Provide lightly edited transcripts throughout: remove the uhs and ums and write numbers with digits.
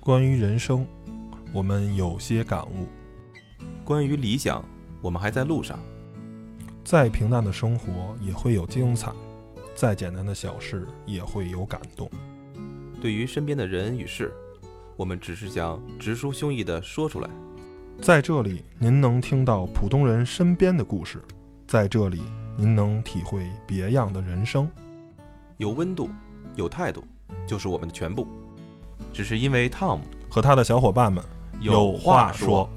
关于人生，我们有些感悟； 关于理想，我们还在路上。 再平淡的生活也会有精彩，再简单的小事也会有感动。 对于身边的人与事，我们只是想直抒胸臆地说出来。 在这里，您能听到普通人身边的故事；在这里，您能体会别样的人生。 有温度，有态度，就是我们的全部。只是因为 Tom 和他的小伙伴们有话说。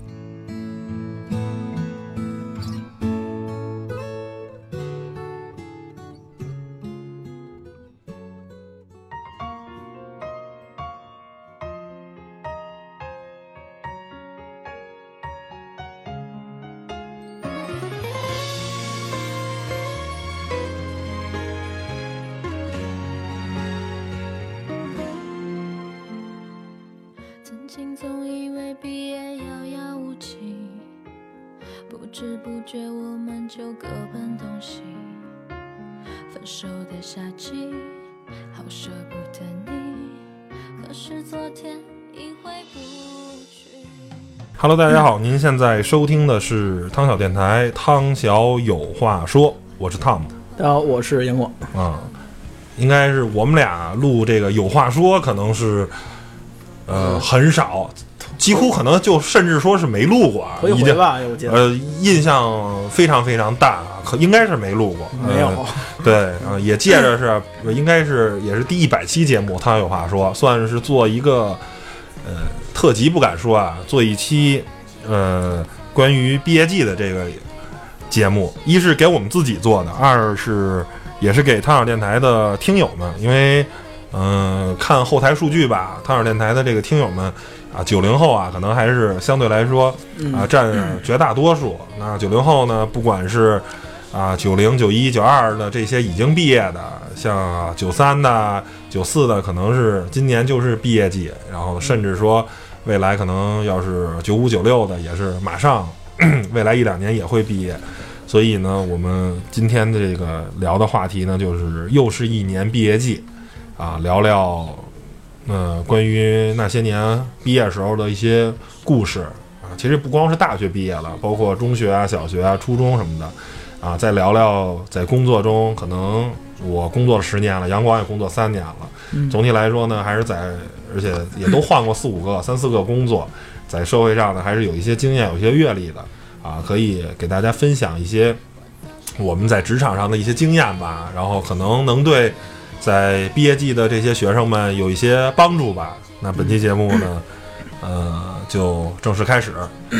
总以为毕业遥遥无期，不知不觉我们就各奔东西。分手的夏季，好舍不得你，可是昨天已回不去。 Hello， 大家好，您现在收听的是汤小电台，汤小有话说，我是 Tom。 大家好，我是杨广。 应该是我们俩录这个有话说，可能是很少，几乎可能就甚至说是没录过， 头一回吧，我记得。 印象非常非常淡，应该是没录过， 没有。 对也借着是应该是也是第100期节目，他有话说，算是做一个特辑，不敢说啊，做一期关于毕业季的这个节目，一是给我们自己做的，二是也是给汤小电台的听友们，因为看后台数据吧，汤小电台的这个听友们啊，90后啊，可能还是相对来说占绝大多数。那90后呢，不管是90、91、92的这些已经毕业的，像93的、94的，可能是今年就是毕业季，然后甚至说未来可能要是95、96的，也是马上未来1-2年也会毕业。所以呢，我们今天的这个聊的话题呢，就是又是一年毕业季。聊聊关于那些年毕业时候的一些故事其实不光是大学毕业了，包括中学啊、小学啊、初中什么的再聊聊在工作中，可能我工作了10年了，杨广也工作3年了，总体来说呢，还是而且也都换过4-5个、3-4个工作，在社会上呢还是有一些经验、有一些阅历的可以给大家分享一些我们在职场上的一些经验吧，然后可能能对在毕业季的这些学生们有一些帮助吧。那本期节目呢，就正式开始。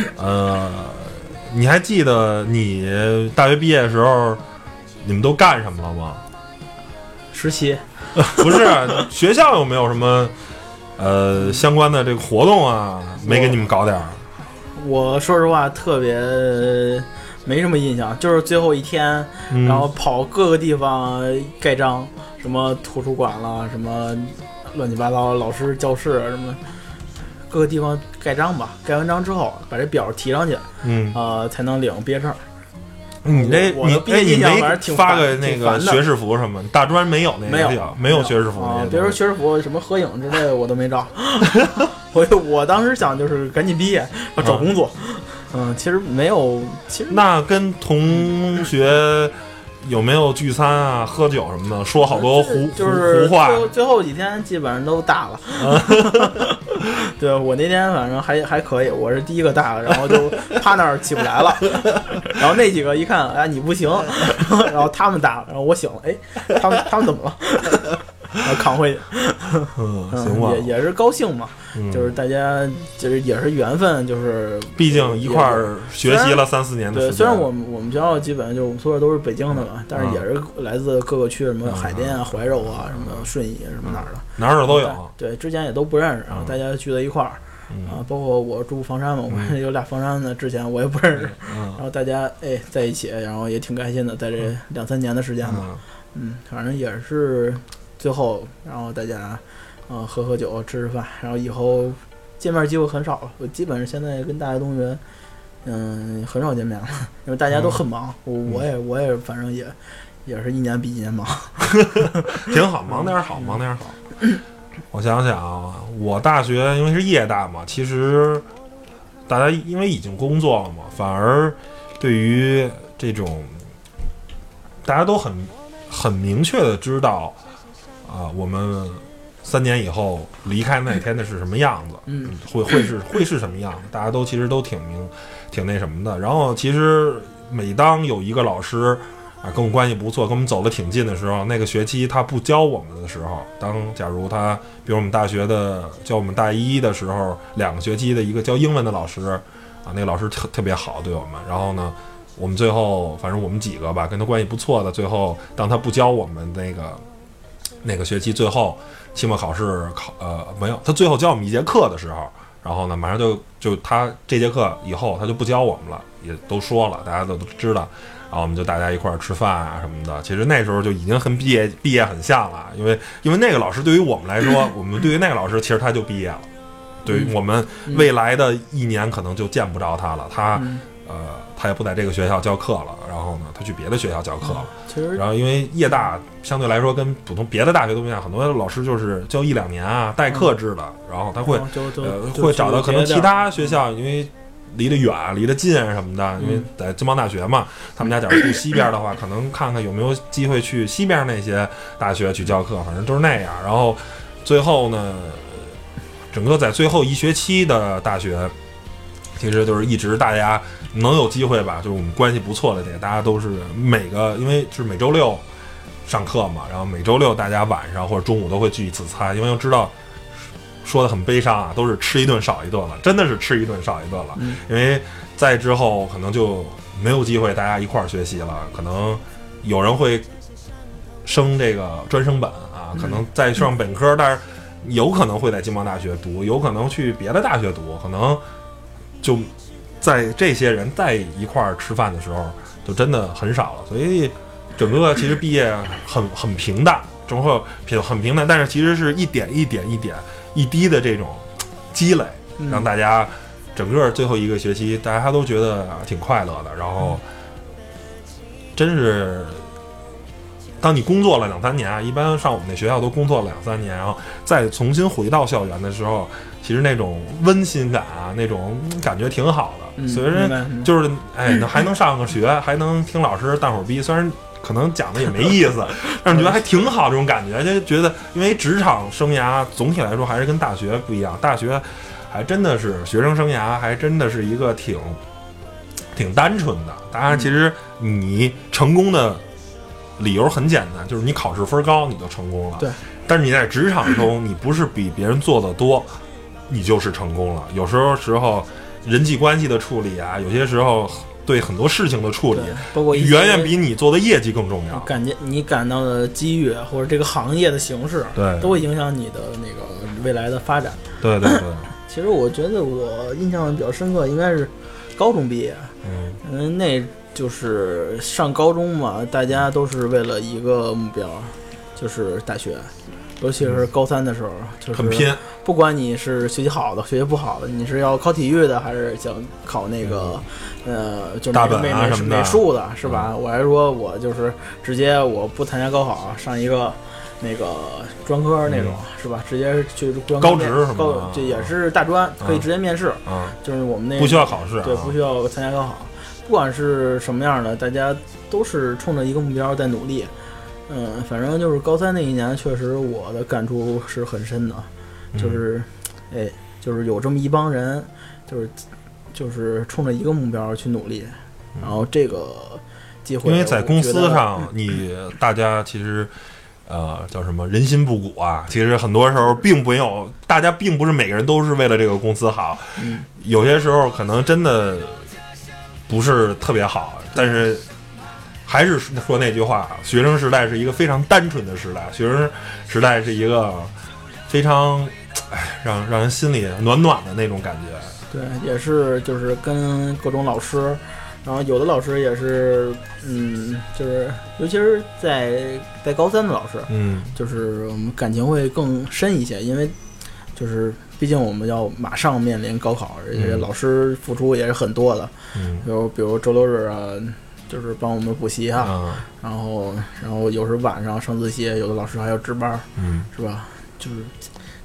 你还记得你大学毕业的时候，你们都干什么了吗？ 实习？ 不是，学校有没有什么相关的这个活动啊？没给你们搞点儿？ 我说实话，特别没什么印象，就是最后一天，然后跑各个地方盖章。什么图书馆了，什么乱七八糟老师教室什么各个地方盖章吧，盖完章之后把这表提上去，才能领毕业证。 你没发个那个学士服什么？大专没有那个，没有学士服那个。 比如说学士服什么合影之类的我都没照。我当时想就是赶紧毕业要找工作。其实没有，其实那跟同学有没有聚餐啊、喝酒什么的？说好多胡话。 最后几天基本上都大了。对，我那天反正还可以，我是第一个大的，然后就趴那儿起不来了。然后那几个一看，哎，你不行，然后他们大了，然后我醒了，哎，他们怎么了？然后扛回去。 行吧， 也是高兴嘛。就是大家就是也是缘分，就是毕竟一块儿学习了3-4年的时间。 对，虽然我们学校基本上就我们宿舍都是北京的嘛，但是也是来自各个区，什么海淀啊、怀柔啊、什么顺义什么哪儿的， 哪儿都有。 对，之前也都不认识，然后大家聚在一块儿包括我住房山嘛，我有俩房山的，之前我也不认识，然后大家在一起，然后也挺开心的，在这2-3年的时间嘛，反正也是最后，然后大家。喝酒吃饭，然后以后见面机会很少了。我基本上现在跟大学同学，很少见面了，因为大家都很忙。我也反正也是一年比一年忙。 挺好，忙点好，忙点好。 我想想啊，我大学因为是夜大嘛，其实大家因为已经工作了嘛，反而对于这种大家都很明确的知道我们3年以后离开那天的是什么样子，会是什么样子，大家都其实都挺那什么的。然后其实每当有一个老师跟我关系不错，跟我们走得挺近的时候，那个学期他不教我们的时候，假如他比如我们大学的教我们大一的时候，2个学期的一个教英文的老师那个老师特别好对我们，然后呢我们最后反正我们几个吧跟他关系不错的，最后当他不教我们那个学期最后期末考试没有，他最后教我们1节课的时候，然后呢马上就他这节课以后他就不教我们了，也都说了，大家都知道，然后我们就大家一块儿吃饭什么的。其实那时候就已经很毕业很像了，因为那个老师对于我们来说，我们对于那个老师其实他就毕业了，对于我们未来的1年可能就见不着他了，他也不在这个学校教课了，然后呢他去别的学校教课了。 其实然后因为夜大相对来说跟普通别的大学都不一样，很多老师就是教1-2年代课制的，然后他会会找到可能其他学校，因为离得远离得近什么的，因为在经贸大学嘛，他们家假如住西边的话，可能看看有没有机会去西边那些大学去教课，反正都是那样。然后最后呢，整个在最后1学期的大学，其实就是一直大家能有机会吧，就是我们关系不错的这个，大家都是因为是每周6上课嘛，然后每周6大家晚上或者中午都会聚一次餐，因为又知道说的很悲伤都是吃一顿少一顿了，真的是吃一顿少一顿了，因为再之后可能就没有机会大家一块儿学习了，可能有人会升这个专升本可能再上本科，但是有可能会在经贸大学读，有可能去别的大学读，可能就在这些人在一块儿吃饭的时候就真的很少了，所以整个其实毕业很平淡，整个很平淡，但是其实是一点一滴的这种积累，让大家整个最后1个学期大家都觉得挺快乐的。然后真是当你工作了2-3年一般上我们那学校都工作了2-3年，然后再重新回到校园的时候，其实那种温馨感那种感觉挺好的。虽然就是还能上个学，还能听老师淡会儿逼，虽然可能讲的也没意思，但是觉得还挺好，这种感觉就觉得，因为职场生涯总体来说还是跟大学不一样，大学还真的是学生生涯还真的是一个挺单纯的。当然其实你成功的理由很简单，就是你考试分高你就成功了， 对。 但是你在职场中你不是比别人做的多你就是成功了，有时候人际关系的处理有些时候对很多事情的处理， 包括远远比你做的业绩更重要。 你感到的机遇或者这个行业的形势， 对， 都会影响你的那个未来的发展。 对。 其实我觉得我印象比较深刻，应该是高中毕业，那就是上高中嘛，大家都是为了一个目标，就是大学。尤其是高3的时候，就是很拼。 不管你是学习好的、学习不好的，你是要考体育的，还是想考那个，就大本什么的美术的，是吧？我还说我就是直接我不参加高考，上一个那个专科那种，是吧？直接去高职什么的， 这也是大专，可以直接面试。就是我们那个不需要考试， 对，不需要参加高考。不管是什么样的，大家都是冲着一个目标在努力。反正就是高3那一年，确实我的感触是很深的，就是，就是有这么一帮人，就是冲着一个目标去努力，然后这个机会， 因为在公司上，大家其实，叫什么人心不古其实很多时候并没有，大家并不是每个人都是为了这个公司好，有些时候可能真的不是特别好，但是。还是说那句话，学生时代是一个非常单纯的时代，学生时代是一个非常让人心里暖暖的那种感觉。 对，也是就是跟各种老师，然后有的老师也是就是尤其是在高3的老师，就是我们感情会更深一些，因为就是毕竟我们要马上面临高考，而且老师付出也是很多的，比如周6日就是帮我们补习然后有时晚上上自习，有的老师还要值班，是吧？就是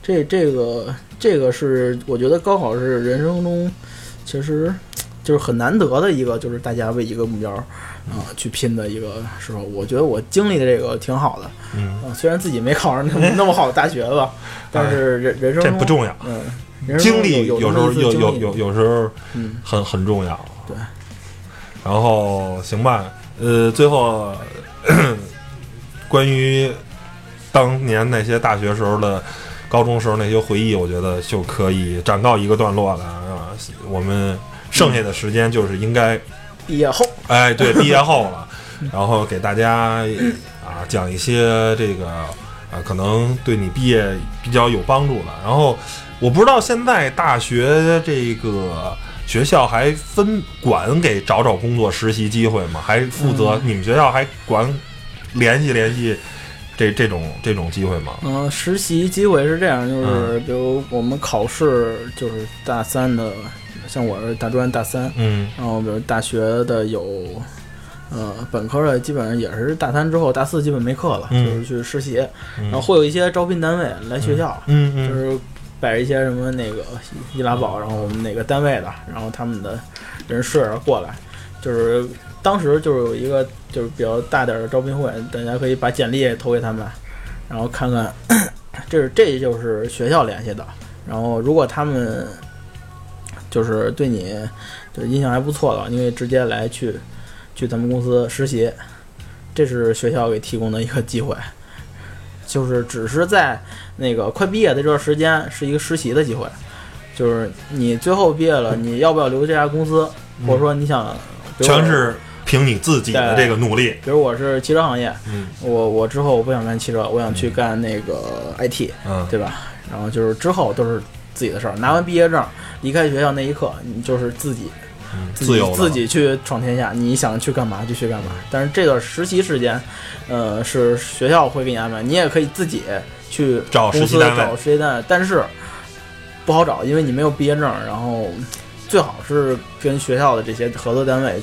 这个是我觉得高考是人生中其实就是很难得的一个，就是大家为一个目标去拼的一个时候。我觉得我经历的这个挺好的，虽然自己没考上那么好的大学吧，但是人生中这不重要，经历有时候有时候很重要。 对， 然后行吧，最后关于当年那些大学时候的、高中时候那些回忆，我觉得就可以暂告一个段落了啊。我们剩下的时间就是应该毕业后， 哎，对，毕业后了，然后给大家讲一些这个可能对你毕业比较有帮助的。然后我不知道现在大学这个学校还管给找工作实习机会吗？还负责你们学校还管联系这种机会吗？ 实习机会是这样，就是比如我们考试就是大三的，像我是大专大三，然后比如大学的有本科的基本上也是大三之后大四基本没课了，就是去实习，然后会有一些招聘单位来学校，就是摆着一些什么那个易拉宝，然后我们哪个单位的，然后他们的人事过来，就是当时就是有一个就是比较大点的招聘会，大家可以把简历投给他们，然后看看，这就是学校联系的，然后如果他们就是对你就是印象还不错的，因为直接来去咱们公司实习，这是学校给提供的一个机会。就是只是在那个快毕业的这段时间是一个实习的机会，就是你最后毕业了，你要不要留这家公司，或者说你想， 全是凭你自己的这个努力。 比如我是汽车行业，我之后我不想干汽车，我想去干那个 IT，对吧？然后就是之后都是自己的事儿。拿完毕业证，离开学校那一刻，你就是自己去闯天下，你想去干嘛就去干嘛。但是这个实习时间，是学校会给你安排，你也可以自己去找实习单位，但是不好找，因为你没有毕业证。然后最好是跟学校的这些合作单位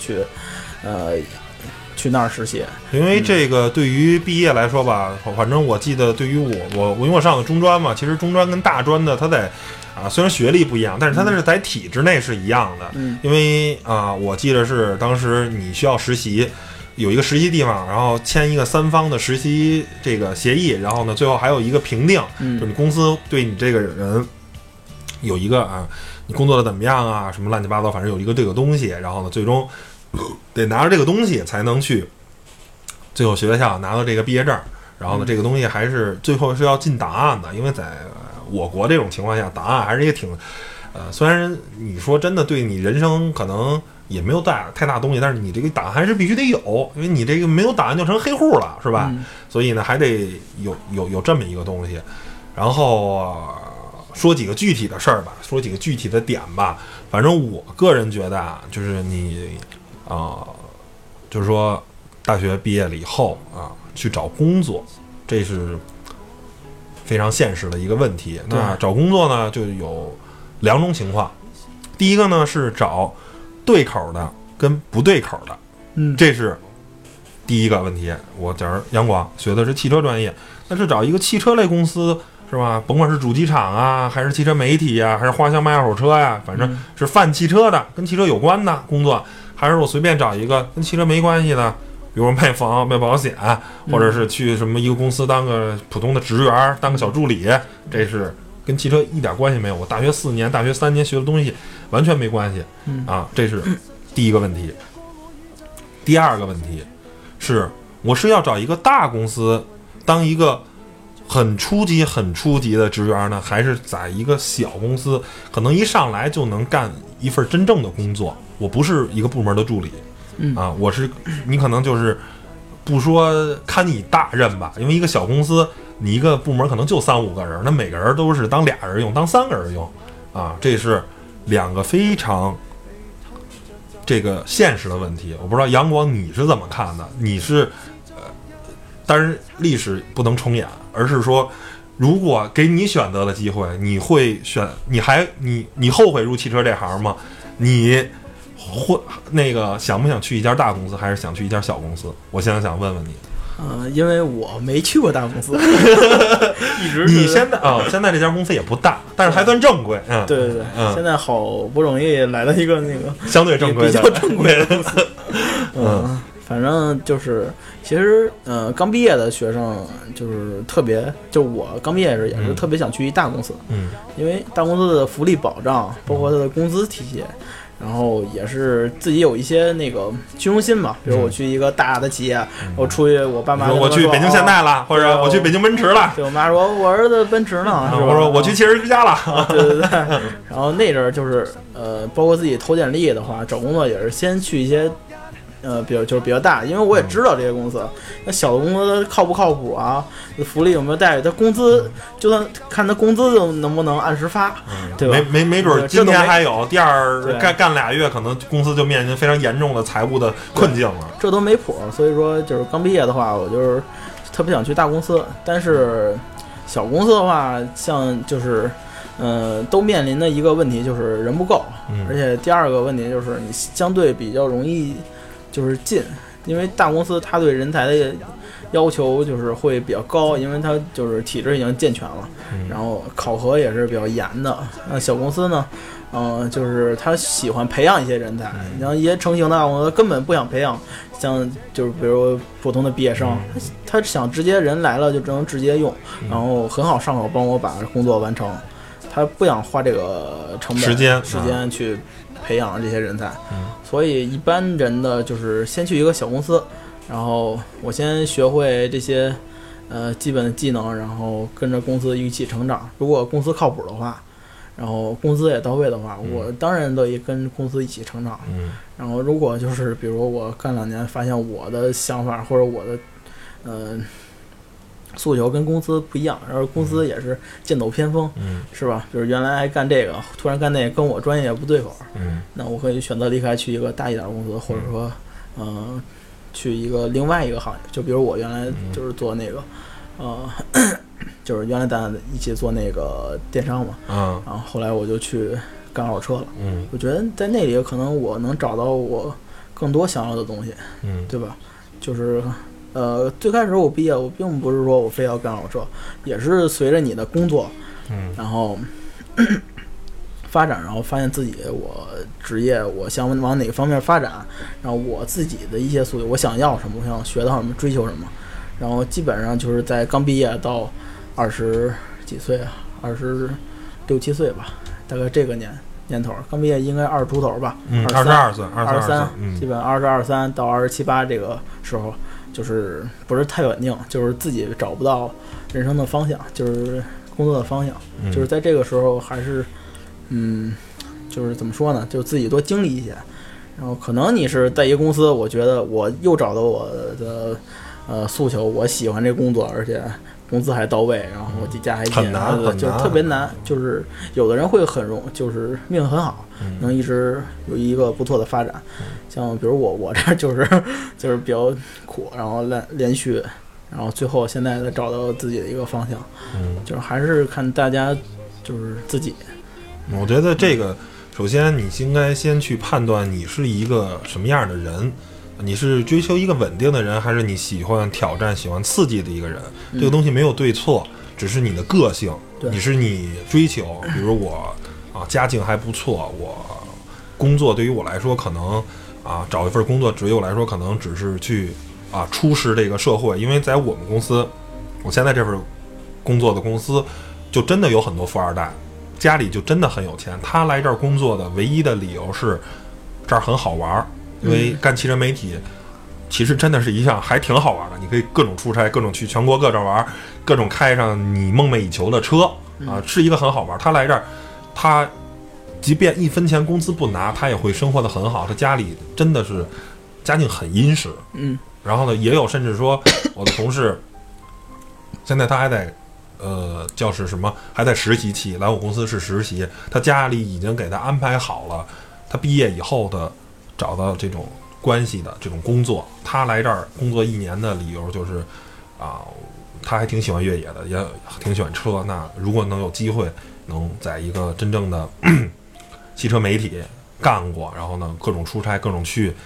去那儿实习， 因为这个对于毕业来说吧，反正我记得对于我因为我上的中专嘛，其实中专跟大专的它在虽然学历不一样，但是它是在体制内是一样的。因为我记得是当时你需要实习，有一个实习地方，然后签一个3方的实习这个协议，然后呢最后还有一个评定，就是你公司对你这个人有一个你工作的怎么样啊，什么乱七八糟，反正有一个这个东西，然后呢最终得拿着这个东西才能去最后学校拿到这个毕业证。然后呢这个东西还是最后是要进档案的，因为在我国这种情况下，档案还是一个挺虽然你说真的对你人生可能也没有太大东西，但是你这个档案还是必须得有，因为你这个没有档案就成黑户了，是吧？所以呢还得有这么一个东西。然后说几个具体的事儿吧，说几个具体的点吧。反正我个人觉得就是你就是说大学毕业了以后去找工作，这是非常现实的一个问题。那找工作呢就有2种情况，第一个呢是找对口的跟不对口的，这是第一个问题。我假如阳光学的是汽车专业，那是找一个汽车类公司，是吧？甭管是主机厂还是汽车媒体还是花乡卖二手车反正是泛汽车的，跟汽车有关的工作，还是我随便找一个跟汽车没关系的，比如卖房卖保险，或者是去什么一个公司当个普通的职员，当个小助理，这是跟汽车一点关系没有。我大学4年大学3年学的东西完全没关系这是第一个问题。第二个问题是我是要找一个大公司当一个很初级的职员呢，还是在一个小公司可能一上来就能干一份真正的工作，我不是一个部门的助理我是你可能就是不说看你大任吧，因为一个小公司你一个部门可能就3-5个人，那每个人都是当2人用当3个人用这是2个非常这个现实的问题。我不知道阳光你是怎么看的？你是当然历史不能重演，而是说如果给你选择的机会，你会选你后悔入汽车这行吗？你会想不想去一家大公司，还是想去一家小公司？我现在想问问你因为我没去过大公司，一直你现在现在这家公司也不大，但是还算正规。 对对对，现在好不容易来了一个那个相对正规的、 比较正规的公司。反正就是，其实刚毕业的学生就是特别，就我刚毕业时也是特别想去一大公司，因为大公司的福利保障，包括它的工资体系。然后也是自己有一些那个虚荣心嘛，比如我去一个大的企业，我出去我爸妈说我去北京现代了，或者我去北京奔驰了， 对我妈说我儿子奔驰呢，是吧？ 我说我去汽车之家了， 对对对。然后那阵儿就是包括自己投简历的话，找工作也是先去一些比较大，因为我也知道这些公司，那小的公司靠不靠谱啊？福利有没有待遇？他工资就算看他工资能不能按时发，对吧？ 没准今天还有，第二干2月，可能公司就面临非常严重的财务的困境了。 这都没谱，所以说就是刚毕业的话，我就是特别想去大公司，但是小公司的话，像就是都面临的一个问题就是人不够，而且第二个问题就是你相对比较容易。就是进，因为大公司它对人才的要求就是会比较高，因为它就是体制已经健全了，然后考核也是比较严的。那小公司呢，就是他喜欢培养一些人才，然后一些成型的大公司根本不想培养，像就是比如普通的毕业生，他想直接人来了就只能直接用，然后很好上手，帮我把工作完成，他不想花这个成本时间去培养这些人才，所以一般人的就是先去一个小公司，然后我先学会这些基本的技能，然后跟着公司一起成长。如果公司靠谱的话，然后工资也到位的话，我当然乐意跟公司一起成长。然后如果就是比如我干2年，发现我的想法或者我的诉求跟公司不一样，然后公司也是剑走偏锋，是吧？就是原来还干这个，突然干那个，跟我专业不对口，那我可以选择离开，去一个大一点的公司，或者说，去一个另外一个行业。就比如我原来就是做那个，就是原来咱一起做那个电商嘛，然后后来我就去干二手车了，我觉得在那里可能我能找到我更多想要的东西，对吧？就是。最开始我毕业，我并不是说我非要干二手车，也是随着你的工作，然后发展，然后发现自己我职业我想往哪个方面发展，然后我自己的一些诉求，我想要什么，我想学到什么，追求什么，然后基本上就是在刚毕业到20几岁啊，26、7岁吧，大概这个年头，刚毕业应该20出头吧，22岁，23，基本22、23到27、8这个时候。就是不是太稳定，就是自己找不到人生的方向，就是工作的方向，就是在这个时候还是，就是怎么说呢，就自己多经历一些，然后可能你是在一个公司，我觉得我又找到我的诉求，我喜欢这工作，而且工资还到位，然后底价还近，就是特别难，就是有的人会就是命很好，能一直有一个不错的发展。像比如我这就是比较苦，然后连续，然后最后现在再找到自己的一个方向，就是还是看大家就是自己。 我觉得这个首先你应该先去判断你是一个什么样的人，你是追求一个稳定的人，还是你喜欢挑战、喜欢刺激的一个人？这个东西没有对错，只是你的个性，你是你追求。比如我家境还不错，我工作对于我来说可能找一份工作对于我来说可能只是去出使这个社会，因为在我们公司，我现在这份工作的公司就真的有很多富二代，家里就真的很有钱。他来这儿工作的唯一的理由是这儿很好玩，因为干汽车媒体其实真的是一项还挺好玩的，你可以各种出差，各种去全国各地玩，各种开上你梦寐以求的车是一个很好玩。他来这儿，他即便1分钱工资不拿，他也会生活得很好。他家里真的是家境很殷实，然后呢，也有甚至说我的同事，现在他还在叫是什么，还在实习期，来我公司是实习，他家里已经给他安排好了，他毕业以后的找到这种关系的这种工作。他来这儿工作1年的理由就是他还挺喜欢越野的，也挺喜欢车。那如果能有机会能在一个真正的汽车媒体干过，然后呢各种出差，各种去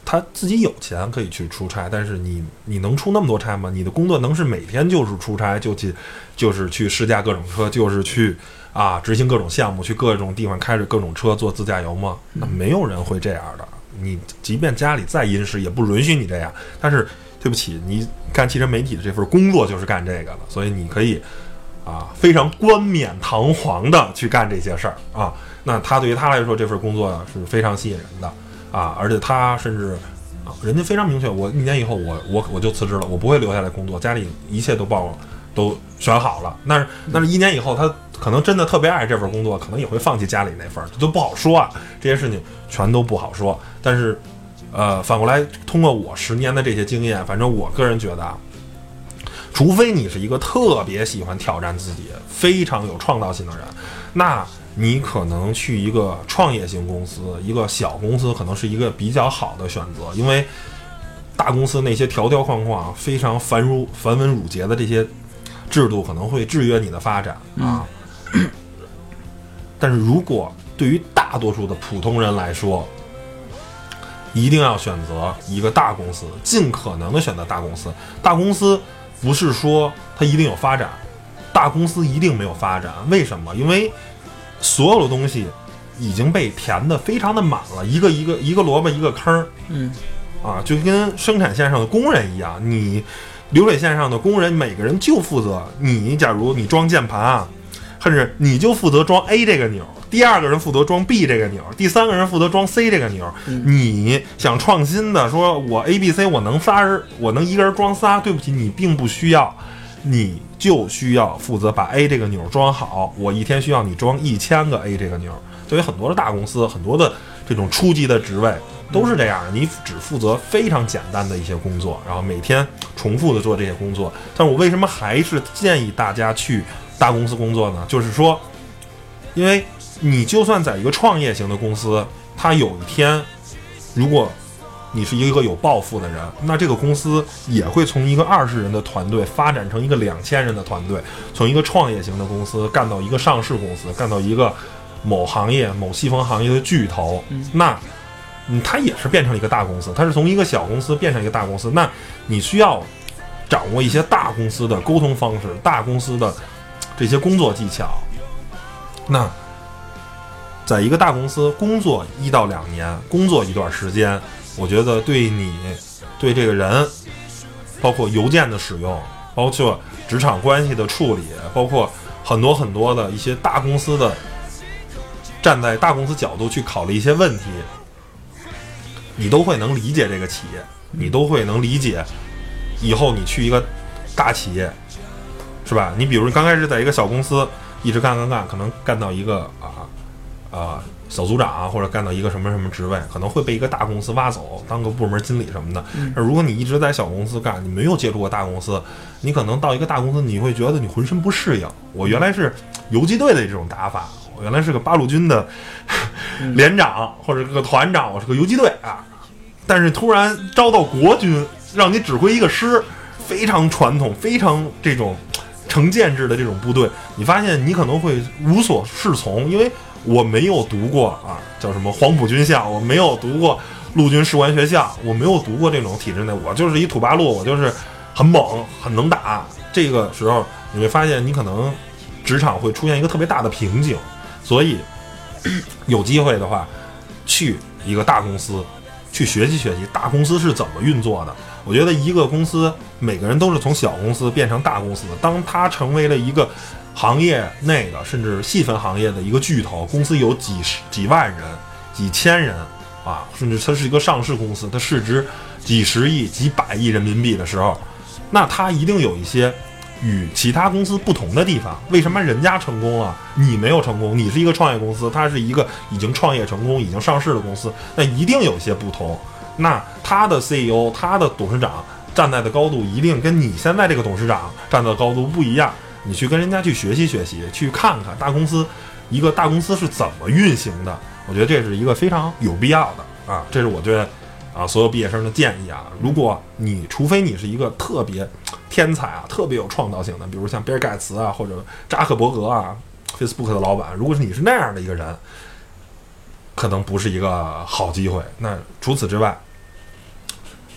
他自己有钱可以去出差，但是你能出那么多差吗？你的工作能是每天就是出差，就是去试驾各种车，就是去执行各种项目，去各种地方开着各种车做自驾游吗？那没有人会这样的。你即便家里再殷实，也不允许你这样。但是对不起，你干汽车媒体的这份工作就是干这个的，所以你可以非常冠冕堂皇的去干这些事儿啊。那他对于他来说，这份工作是非常吸引人的而且他甚至人家非常明确，我1年以后我就辞职了，我不会留下来工作，家里一切都选好了。但是1年以后，他可能真的特别爱这份工作，可能也会放弃家里那份，这都不好说这些事情全都不好说。但是反过来，通过我10年的这些经验，反正我个人觉得除非你是一个特别喜欢挑战自己、非常有创造性的人，那你可能去一个创业型公司，一个小公司可能是一个比较好的选择。因为大公司那些条条框框、非常繁文缛节的这些制度可能会制约你的发展但是如果对于大多数的普通人来说，一定要选择一个大公司，尽可能的选择大公司。大公司不是说它一定有发展，大公司一定没有发展。为什么？因为所有的东西已经被填得非常的满了，一个萝卜一个坑就跟生产线上的工人一样，你流水线上的工人每个人就负责假如你装键盘甚至你就负责装 A 这个钮，第二个人负责装 B 这个钮，第三个人负责装 C 这个钮你想创新的说我 A、B、C 我能一个人装仨，对不起，你并不需要，你就需要负责把 A 这个钮装好，我一天需要你装1000个 A 这个钮。对于很多的大公司，很多的这种初级的职位都是这样的，你只负责非常简单的一些工作，然后每天重复的做这些工作。但我为什么还是建议大家去大公司工作呢？就是说，因为你就算在一个创业型的公司，它有一天如果你是一个有抱负的人，那这个公司也会从一个20人的团队发展成一个2000人的团队，从一个创业型的公司干到一个上市公司，干到一个某行业某细分行业的巨头。那它也是变成了一个大公司，它是从一个小公司变成一个大公司。那你需要掌握一些大公司的沟通方式，大公司的这些工作技巧。那在一个大公司工作1到2年，工作一段时间，我觉得对你对这个人，包括邮件的使用，包括职场关系的处理，包括很多很多的一些大公司的站在大公司角度去考虑一些问题，你都会能理解这个企业，你都会能理解以后你去一个大企业，是吧？你比如刚开始在一个小公司一直干，可能干到一个小组长或者干到一个什么什么职位，可能会被一个大公司挖走当个部门经理什么的。如果你一直在小公司干，你没有接触过大公司，你可能到一个大公司你会觉得你浑身不适应。我原来是游击队的这种打法，我原来是个八路军的连长或者个团长，我是个游击队但是突然招到国军，让你指挥一个师，非常传统非常这种成建制的这种部队，你发现你可能会无所适从。因为我没有读过叫什么黄埔军校，我没有读过陆军士官学校，我没有读过这种体制内，我就是一土八路，我就是很猛很能打。这个时候你会发现你可能职场会出现一个特别大的瓶颈。所以有机会的话，去一个大公司去学习大公司是怎么运作的。我觉得一个公司每个人都是从小公司变成大公司的，当它成为了一个行业内的甚至细分行业的一个巨头，公司有几万人几千人甚至它是一个上市公司，它市值几十亿几百亿人民币的时候，那它一定有一些与其他公司不同的地方。为什么人家成功了你没有成功？你是一个创业公司，它是一个已经创业成功已经上市的公司，那一定有些不同。那他的 CEO 他的董事长站在的高度一定跟你现在这个董事长站在的高度不一样，你去跟人家去学习去看看一个大公司是怎么运行的。我觉得这是一个非常有必要的这是我觉得所有毕业生的建议如果除非你是一个特别天才特别有创造性的，比如像比尔盖茨或者扎克伯格Facebook 的老板，如果是你是那样的一个人，可能不是一个好机会。那除此之外，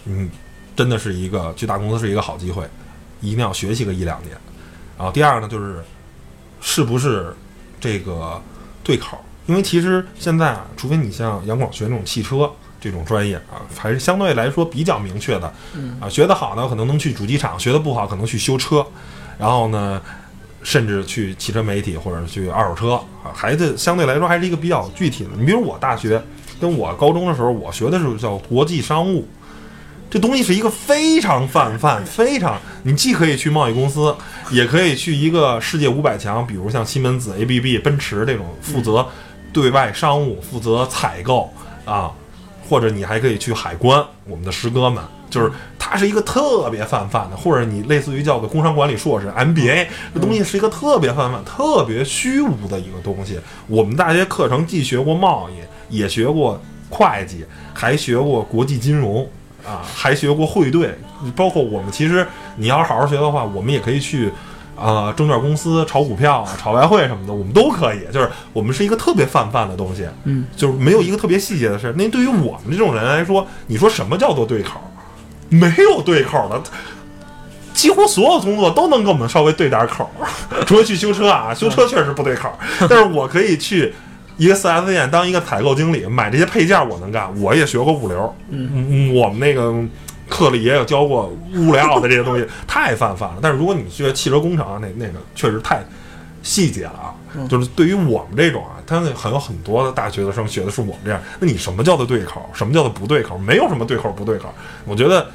真的是一个去大公司是一个好机会，一定要学习个1-2年。然后第二呢，就是是不是这个对口，因为其实现在啊，除非你像杨广学那种汽车这种专业啊，还是相对来说比较明确的，学得好呢可能能去主机厂，学得不好可能去修车，然后呢甚至去汽车媒体或者去二手车啊，还是相对来说还是一个比较具体的。你比如我大学跟我高中的时候，我学的是叫国际商务，这东西是一个非常泛泛，非常你既可以去贸易公司，也可以去一个世界500强，比如像西门子、ABB、奔驰这种负责对外商务、负责采购啊，或者你还可以去海关，我们的师哥们，就是它是一个特别泛泛的，或者你类似于叫做工商管理硕士 MBA， 这东西是一个特别泛泛、特别虚无的一个东西。我们大学课程既学过贸易，也学过会计，还学过国际金融啊，还学过汇兑，包括我们其实你要是好好学的话，我们也可以去证券公司炒股票、炒外汇什么的，我们都可以。就是我们是一个特别泛泛的东西，就是没有一个特别细节的事。那对于我们这种人来说，你说什么叫做对口？没有对口的，几乎所有工作都能跟我们稍微对点口，除了去修车啊，修车确实不对口，但是我可以去一个 4S 店当一个采购经理，买这些配件我能干，我也学过物流，我们那个课里也有教过物料的这些东西，太泛泛了。但是如果你学汽车工程啊，那个确实太细节了啊。就是对于我们这种啊，他们有很多的大学的生学的是我们这样，那你什么叫做对口，什么叫做不对口？没有什么对口不对口。我觉得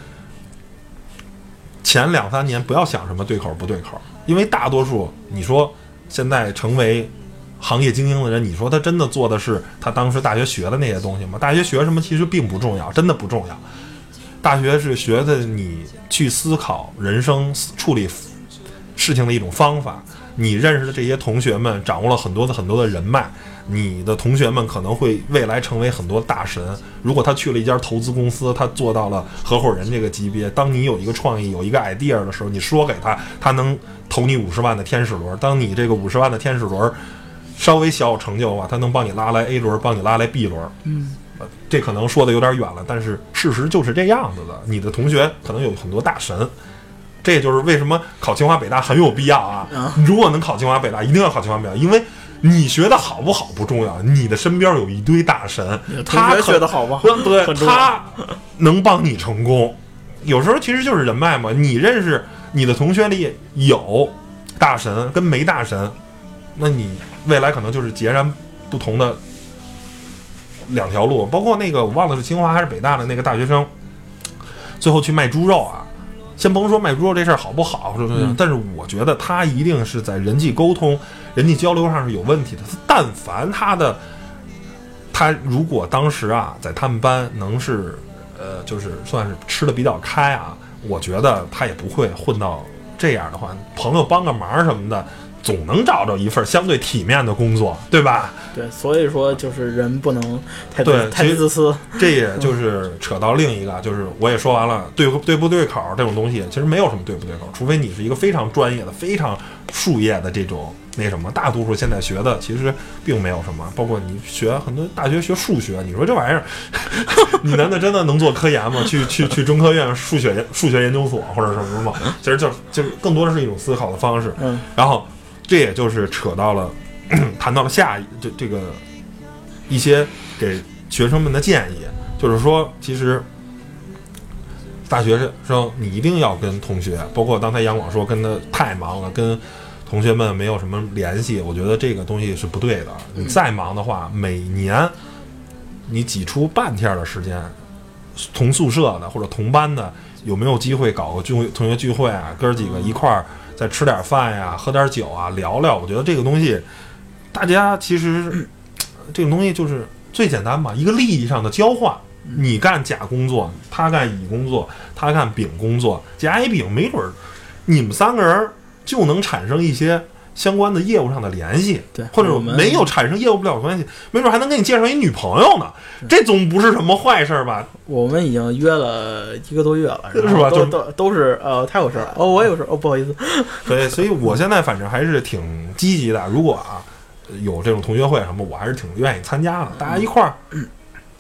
前2-3年不要想什么对口不对口，因为大多数你说现在成为行业精英的人，你说他真的做的是他当时大学学的那些东西吗？大学学什么其实并不重要，真的不重要。大学是学的你去思考人生、处理事情的一种方法。你认识的这些同学们掌握了很多的人脉，你的同学们可能会未来成为很多大神。如果他去了一家投资公司，他做到了合伙人这个级别，当你有一个创意、有一个 idea 的时候，你说给他，他能投你50万的天使轮。当你这个50万的天使轮稍微小有成就的话，他能帮你拉来 A 轮，帮你拉来 B 轮。这可能说的有点远了，但是事实就是这样子的。你的同学可能有很多大神，这就是为什么考清华北大很有必要啊！如果能考清华北大，一定要考清华北大，因为你学的好不好不重要，你的身边有一堆大神，他学的好不好， 对，他能帮你成功。有时候其实就是人脉嘛，你认识你的同学里有大神跟没大神，那你未来可能就是截然不同的2条路。包括那个我忘了是清华还是北大的那个大学生，最后去卖猪肉啊。先甭说卖猪肉这事儿好不好，但是我觉得他一定是在人际沟通、人际交流上是有问题的。但凡他如果当时啊在他们班能是就是算是吃的比较开啊，我觉得他也不会混到这样的话，朋友帮个忙什么的，总能找着一份相对体面的工作，对吧？ 对，所以说就是人不能太自私。 这也就是扯到另一个，就是我也说完了，对不对口这种东西，其实没有什么对不对口，除非你是一个非常专业的、非常术业的这种那什么。大多数现在学的其实并没有什么，包括你学很多大学学数学，你说这玩意儿，你难道真的能做科研吗？去中科院数学研究所或者什么吗？其实就是更多的是一种思考的方式。然后这也就是扯到了。谈到了这个一些给学生们的建议，就是说，其实大学生你一定要跟同学，包括刚才杨广说跟他太忙了，跟同学们没有什么联系，我觉得这个东西是不对的。你再忙的话，每年你挤出半天的时间，同宿舍的或者同班的，有没有机会搞个同学聚会啊？哥几个一块儿再吃点饭呀，喝点酒啊，聊聊。我觉得这个东西。大家其实这个东西就是最简单嘛，一个利益上的交换。你干甲工作，他干乙工作，他干丙工作，甲乙丙没准你们3个人就能产生一些相关的业务上的联系， 对， 或者没有产生业务不了关系，没准还能给你介绍一女朋友呢，这总不是什么坏事吧？我们已经约了1个多月了， 是吧？ 都是他有事儿，我有事儿，不好意思。 对，所以我现在反正还是挺积极的。如果有这种同学会什么，我还是挺愿意参加的。大家一块儿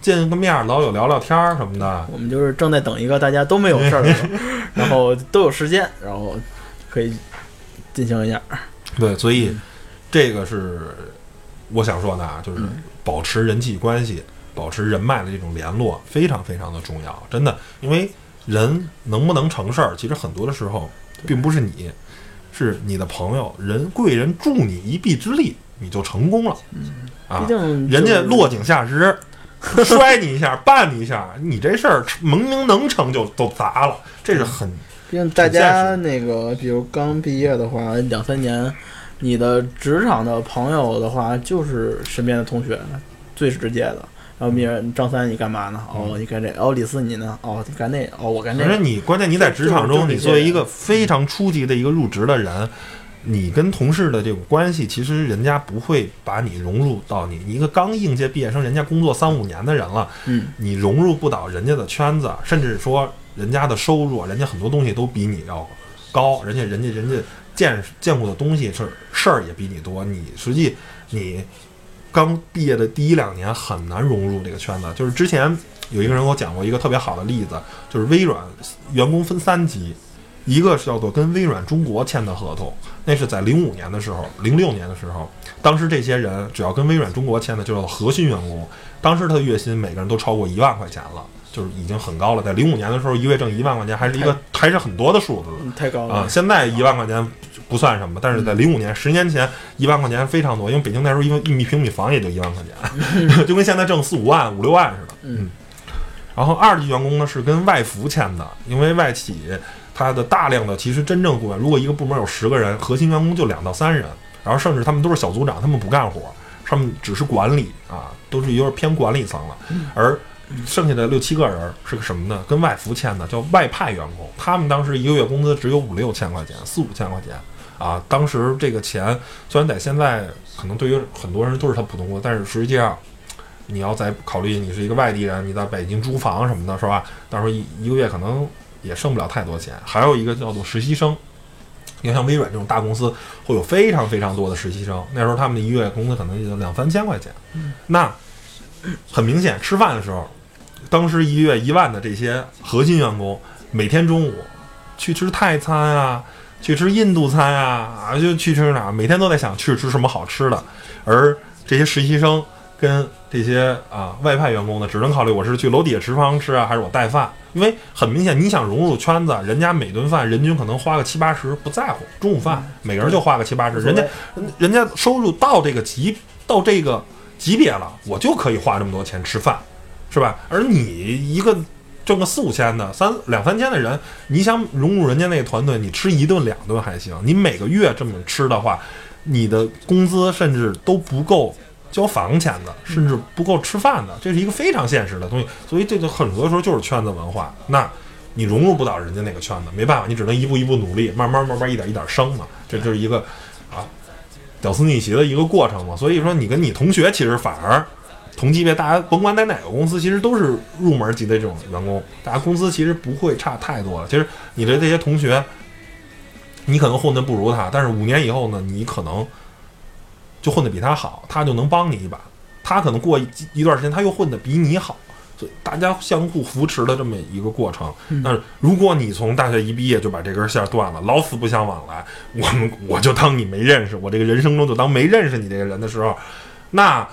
见个面老有聊聊天什么的。 我们就是正在等一个大家都没有事儿的时候，然后都有时间，然后可以进行一下。 对，所以这个是我想说的啊，就是保持人际关系、保持人脉的这种联络非常非常的重要，真的。因为人能不能成事儿，其实很多的时候并不是你，是你的朋友、贵人助你一臂之力，你就成功了。 毕竟人家落井下石，摔你一下，绊你一下，你这事儿明明能成就都砸了，这是很。 毕竟大家那个，比如刚毕业的话，2-3年，你的职场的朋友的话，就是身边的同学，最直接的。然后别人张三你干嘛呢？哦，你干这。哦，李四你呢？哦，你干那。哦，我干这。 而且你关键你在职场中，你作为一个非常初级的一个入职的人，你跟同事的这种关系，其实人家不会把你融入到你一个刚应届毕业生，人家工作3-5年的人了，你融入不到人家的圈子，甚至说人家的收入，人家很多东西都比你要高，人家见过的东西事儿也比你多，实际你刚毕业的第1-2年很难融入这个圈子。就是之前有一个人给我讲过一个特别好的例子，就是微软员工分3级，一个是叫做跟微软中国签的合同，那是在06年的时候，当时这些人只要跟微软中国签的就叫做核心员工，当时他的月薪每个人都超过1万块钱了，就是已经很高了。在05年的时候，一个月挣1万块钱，还是很多的数字， 太高了现在1万块钱不算什么，但是在05年10年前1万块钱非常多，因为北京那时候一平米房也就1万块钱，就跟现在挣4-5万、5-6万似的。然后2级员工呢是跟外服签的，因为外企它的大量的其实真正部门，如果一个部门有10个人，核心员工就2到3人，然后甚至他们都是小组长，他们不干活，他们只是管理都是有点偏管理层了。而剩下的6-7个人是个什么呢？跟外服签的，叫外派员工，他们当时一个月工资只有5-6千块钱，4-5千块钱当时这个钱虽然在现在可能对于很多人都是他普通工资，但是实际上你要再考虑你是一个外地人，你在北京租房什么的，是吧？到时候一个月可能也剩不了太多钱。还有一个叫做实习生，你看像微软这种大公司会有非常非常多的实习生，那时候他们的一个月工资可能也就2-3千块钱。那很明显，吃饭的时候，当时一个月1万的这些核心员工，每天中午去吃泰餐去吃印度餐就去吃哪，每天都在想去吃什么好吃的。而这些实习生跟这些外派员工呢，只能考虑我是去楼底下食堂吃还是我带饭。因为很明显，你想融入圈子，人家每顿饭人均可能花个70-80，不在乎。中午饭每个人就花个70-80，人家收入到这个级别了，我就可以花这么多钱吃饭，是吧？而你一个挣个4-5千的2-3千的人，你想融入人家那个团队，你吃1顿2顿还行，你每个月这么吃的话，你的工资甚至都不够交房钱的，甚至不够吃饭的，这是一个非常现实的东西。所以这个很多时候就是圈子文化，那你融入不到人家那个圈子，没办法，你只能一步一步努力，慢慢一点一点升嘛，这就是一个屌丝逆袭的一个过程嘛。所以说你跟你同学其实反而同级别，大家甭管在哪个公司，其实都是入门级的这种员工，大家工资其实不会差太多了。其实你的这些同学，你可能混得不如他，但是5年以后呢，你可能就混得比他好，他就能帮你一把。他可能过一段时间他又混得比你好，所以大家相互扶持的这么一个过程。但是如果你从大学一毕业就把这根线断了，老死不相往来，我就当你没认识我，这个人生中就当没认识你这个人的时候，那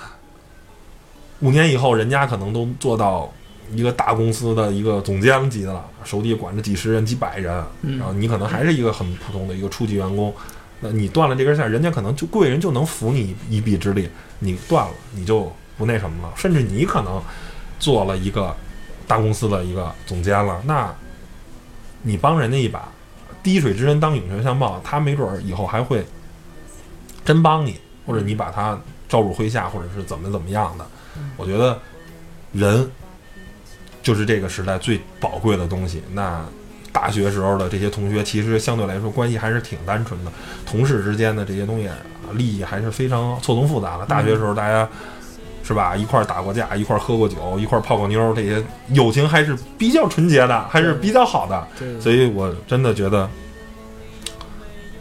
5年以后人家可能都做到一个大公司的一个总监级的了，手底管着几十人几百人，然后你可能还是一个很普通的一个初级员工。那你断了这根线，人家可能就贵人就能扶你一臂之力，你断了你就不那什么了，甚至你可能做了一个大公司的一个总监了，那你帮人家一把，滴水之恩当涌泉相报，他没准以后还会真帮你，或者你把他招入麾下，或者是怎么样的。我觉得人就是这个时代最宝贵的东西。那大学时候的这些同学其实相对来说关系还是挺单纯的，同事之间的这些东西利益还是非常错综复杂的。大学时候大家是吧，一块打过架，一块喝过酒，一块泡过妞，这些友情还是比较纯洁的，还是比较好的。所以我真的觉得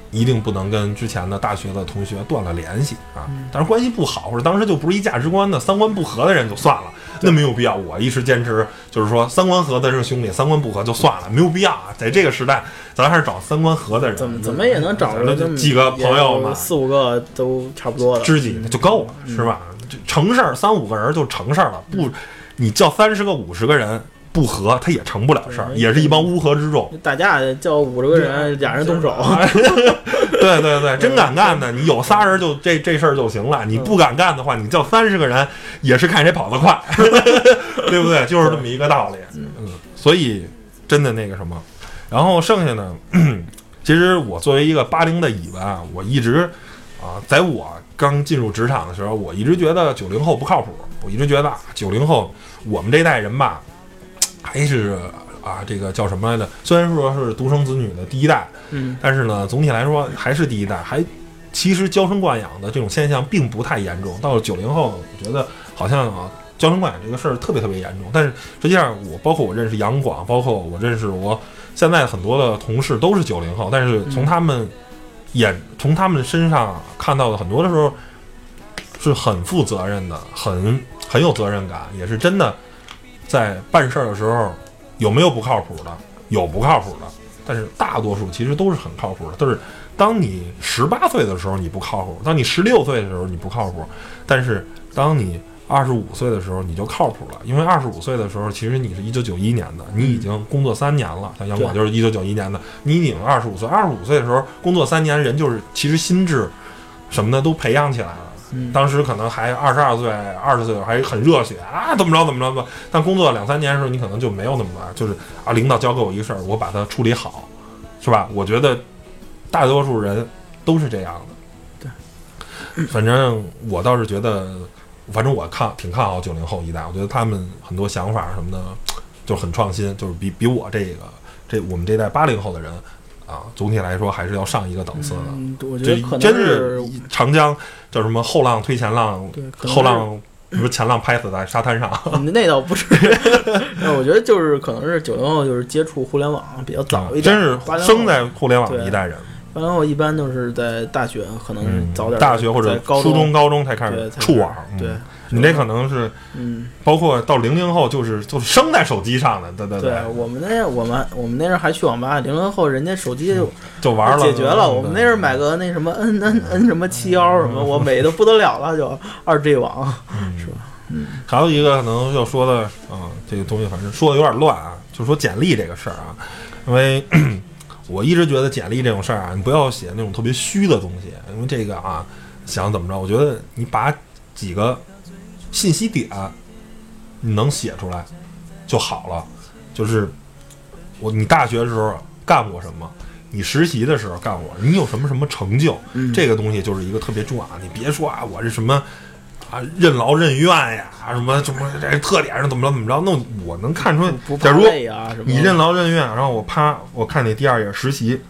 一定不能跟之前的大学的同学断了联系啊。但是关系不好，或者当时就不是一价值观的、三观不合的人就算了，那没有必要。我一直坚持，就是说三观合的是兄弟，三观不合就算了，没有必要啊。在这个时代，咱还是找三观合的人， 怎么也能找着几个朋友嘛 ，4、5个都差不多的知己就够了，是吧？成事儿3、5个人就成事儿了，不，你叫30个、50个人。不合，他也成不了事儿，也是一帮乌合之众。 打架叫50个人，俩人动手。 对对对，真敢干的，你有仨人就这事儿就行了。你不敢干的话，你叫30个人也是看谁跑得快，对不对？就是这么一个道理。所以真的那个什么，然后剩下呢，其实我作为一个80的尾巴，我一直在我刚进入职场的时候，我一直觉得90后不靠谱。我一直觉得90后我们这代人吧。还是这个叫什么来着？虽然说是独生子女的第一代，但是呢，总体来说还是第一代，其实娇生惯养的这种现象并不太严重。到了90后，我觉得好像娇生惯养这个事儿特别特别严重。但是实际上，包括我认识杨广，包括我认识我现在很多的同事都是90后，但是从他们身上看到的很多的时候是很负责任的，很有责任感，也是真的。在办事儿的时候，有没有不靠谱的？有不靠谱的，但是大多数其实都是很靠谱的。就是当你18岁的时候你不靠谱，当你16岁的时候你不靠谱，但是当你25岁的时候你就靠谱了。因为25岁的时候，其实你是1991年的，你已经工作3年了。像杨广就是1991年的，你已经25岁。25岁的时候工作3年，人就是其实心智什么的都培养起来了。当时可能还22岁、20岁还很热血怎么着，但工作2、3年的时候，你可能就没有那么大，就是领导交给我一个事儿，我把它处理好，是吧？我觉得大多数人都是这样的。对，反正我倒是觉得，反正我挺看好90后一代，我觉得他们很多想法什么的就很创新，就是比我我们这代80后的人。总体来说还是要上一个档次的。 我觉得可能真是长江叫什么后浪推前浪，后浪不是前浪拍死在沙滩上。 那倒不是，我觉得就是可能是90后就是接触互联网比较早一点， 真是生在互联网的一代人。 80后一般都是在大学，可能早点， 大学或者初中、高中才开始触网。对。你那可能是，包括到00后就是生在手机上的，对。 我们那阵还去网吧，00后人家手机就玩了， 解决了。我们那阵买个那什么 N 什么71什么，我美的不得了了，就2G 网，是吧？ 还有一个可能要说的这个东西反正说的有点乱就说简历这个事儿因为我一直觉得简历这种事儿你不要写那种特别虚的东西，因为这个想怎么着，我觉得你把几个信息点你能写出来就好了。就是你大学的时候干过什么，你实习的时候干过，你有什么成就，这个东西就是一个特别重要。你别说我是什么任劳任怨呀，什么这特点是怎么着，那我能看出来。假如你任劳任怨，然后我看你第2页实习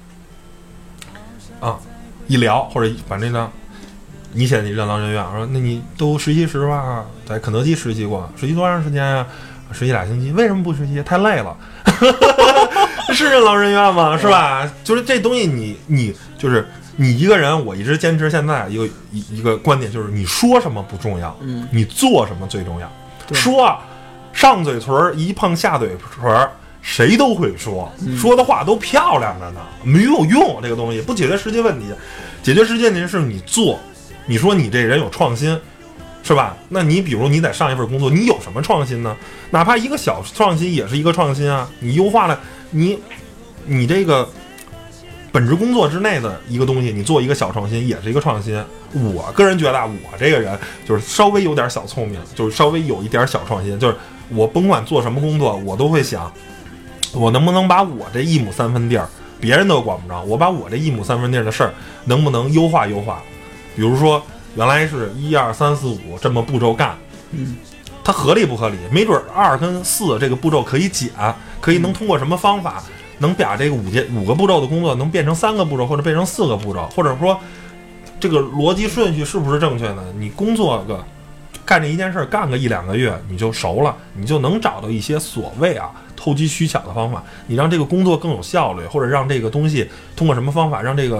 一聊或者把那个。你写你任劳任怨，说那你都实习时吧，在肯德基实习过，实习多长时间呀？实习2星期，为什么不实习？太累了，是任劳任怨吗？是吧？就是这东西你就是你一个人，我一直坚持现在一个观点，就是你说什么不重要，你做什么最重要。说上嘴唇一碰下嘴唇，谁都会说，说的话都漂亮着呢，没有用。这个东西不解决实际问题，解决实际问题是你做。你说你这人有创新，是吧？那你比如你在上一份工作，你有什么创新呢？哪怕一个小创新也是一个创新啊！你优化了你这个本职工作之内的一个东西，你做一个小创新也是一个创新。我个人觉得我这个人就是稍微有点小聪明，就是稍微有一点小创新，就是我甭管做什么工作，我都会想，我能不能把我这1亩3分地儿，别人都管不着，我把我这1亩3分地儿的事儿能不能优化优化？比如说原来是1、2、3、4、5这么步骤干，它合理不合理？没准2跟4这个步骤可以减，可以能通过什么方法能把这个5个步骤的工作能变成3个步骤，或者变成4个步骤，或者说这个逻辑顺序是不是正确的？你工作干这一件事干个1、2个月你就熟了，你就能找到一些所谓投机取巧的方法，你让这个工作更有效率，或者让这个东西通过什么方法让这个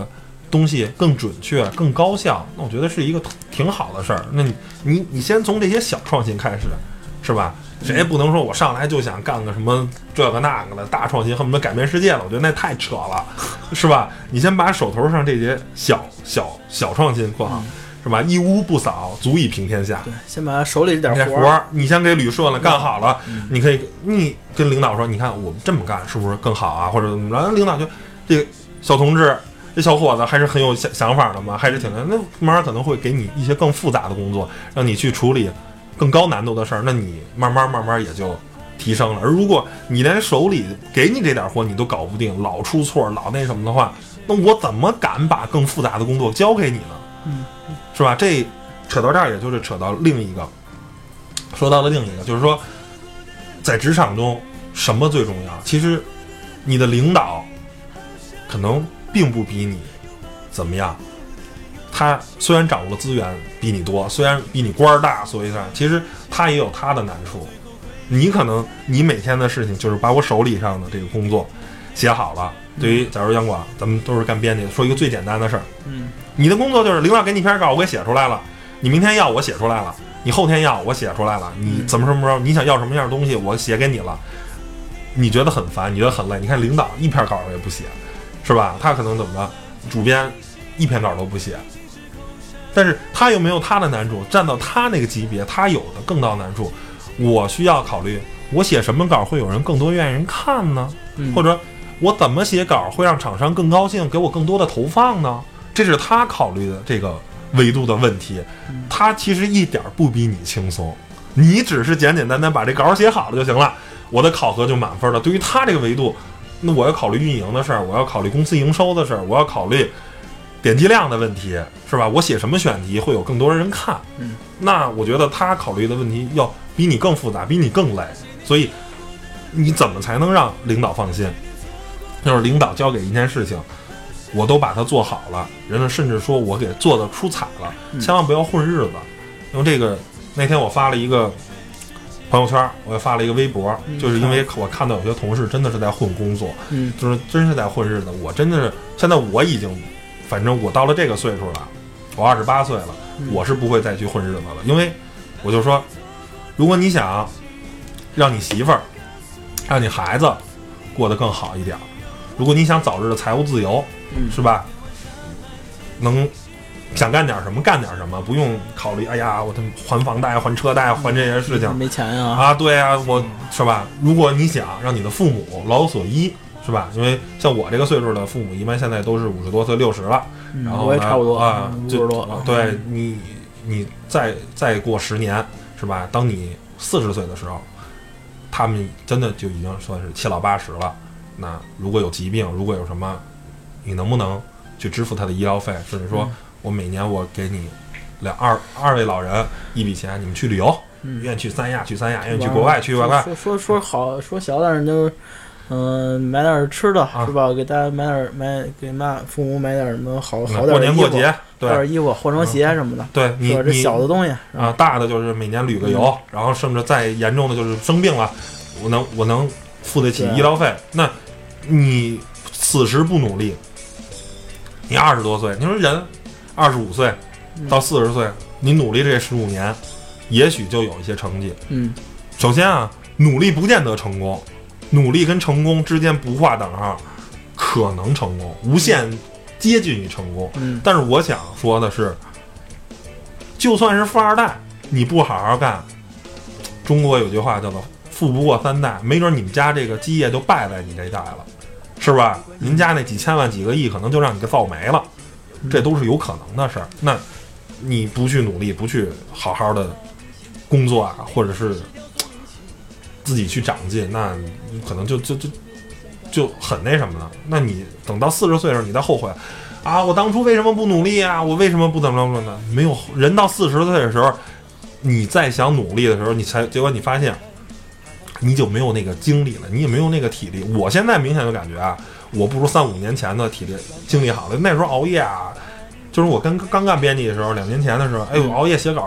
东西更准确、更高效，那我觉得是一个挺好的事儿。那你先从这些小创新开始，是吧？谁也不能说我上来就想干个什么这个那个的大创新，恨不得改变世界了，我觉得那太扯了，是吧？你先把手头上这些小创新做好，是吧？一屋不扫，足以平天下。 对，先把手里这点活儿，你先给捋顺了，干好了，你可以，你跟领导说，你看我们这么干是不是更好啊？或者怎么着？领导就这个小同志。这小伙子还是很有想法的嘛，还是挺那慢慢可能会给你一些更复杂的工作，让你去处理更高难度的事儿，那你慢慢也就提升了。而如果你连手里给你这点活你都搞不定，老出错老那什么的话，那我怎么敢把更复杂的工作交给你呢？是吧？这扯到这儿，也就是扯到另一个，说到了另一个，就是说在职场中什么最重要？其实你的领导可能并不比你怎么样，他虽然掌握的资源比你多，虽然比你官儿大，所以说其实他也有他的难处。你可能你每天的事情就是把我手里上的这个工作写好了。对于假如杨广，咱们都是干编辑的，说一个最简单的事儿，你的工作就是领导给你篇稿，我给写出来了，你明天要我写出来了，你后天要我写出来了，你怎么什么时候你想要什么样的东西，我写给你了，你觉得很烦，你觉得很累，你看领导一篇稿也不写。是吧？他可能怎么着？主编一篇稿都不写，但是他有没有他的难处？站到他那个级别，他有的更大难处。我需要考虑，我写什么稿会有人更多愿意人看呢？或者我怎么写稿会让厂商更高兴，给我更多的投放呢？这是他考虑的这个维度的问题。他其实一点不比你轻松，你只是简简单单把这稿写好了就行了，我的考核就满分了。对于他这个维度。那我要考虑运营的事儿，我要考虑公司营收的事儿，我要考虑点击量的问题，是吧？我写什么选题会有更多人看？那我觉得他考虑的问题要比你更复杂，比你更累。所以你怎么才能让领导放心？就是领导交给一件事情，我都把它做好了，人家甚至说我给做的出彩了，千万不要混日子。因为这个那天我发了一个朋友圈，我也发了一个微博，就是因为我看到有些同事真的是在混工作，就是真是在混日子。我真的是现在我已经，反正我到了这个岁数了，我28岁了，我是不会再去混日子了。因为我就说，如果你想让你媳妇儿、让你孩子过得更好一点，如果你想早日的财务自由，是吧？能想干点什么干点什么，不用考虑哎呀我还房贷还车贷还这些事情没钱啊对啊，我是吧？如果你想让你的父母老有所依，是吧？因为像我这个岁数的父母一般现在都是50多岁60了，然后我也差不多啊 50多， 对你再过10年，是吧？当你40岁的时候，他们真的就已经算是7老80了。那如果有疾病，如果有什么，你能不能去支付他的医疗费，甚至说我每年我给你二位老人一笔钱，你们去旅游，愿意去三亚，愿意去国外，去国外。 说好说小点就，买点吃的，是吧？给大家给父母买点什么好点过年过节，对， 换点衣服，换双鞋什么的。 对，你这小的东西啊，大的就是每年旅个游，然后甚至再严重的就是生病了，我能付得起医疗费。那你此时不努力，你20多岁，你说人25岁到40岁，你努力这15年，也许就有一些成绩。首先啊，努力不见得成功，努力跟成功之间不划等号，可能成功，无限接近于成功。但是我想说的是，就算是富二代，你不好好干，中国有句话叫做富不过3代，没准你们家这个基业就败在你这代了，是吧？您家那几千万几个亿可能就让你给造没了，这都是有可能的事儿。那你不去努力，不去好好的工作啊，或者是自己去长进，那你可能就很那什么了。那你等到40岁的时候，你再后悔啊，我当初为什么不努力啊？我为什么不怎么呢？没有人到40岁的时候，你再想努力的时候，结果你发现你就没有那个精力了，你也没有那个体力。我现在明显就感觉啊，我不如3-5年前的体力精力好了。那时候熬夜啊，就是我刚干编辑的时候，2年前的时候，哎呦，熬夜写稿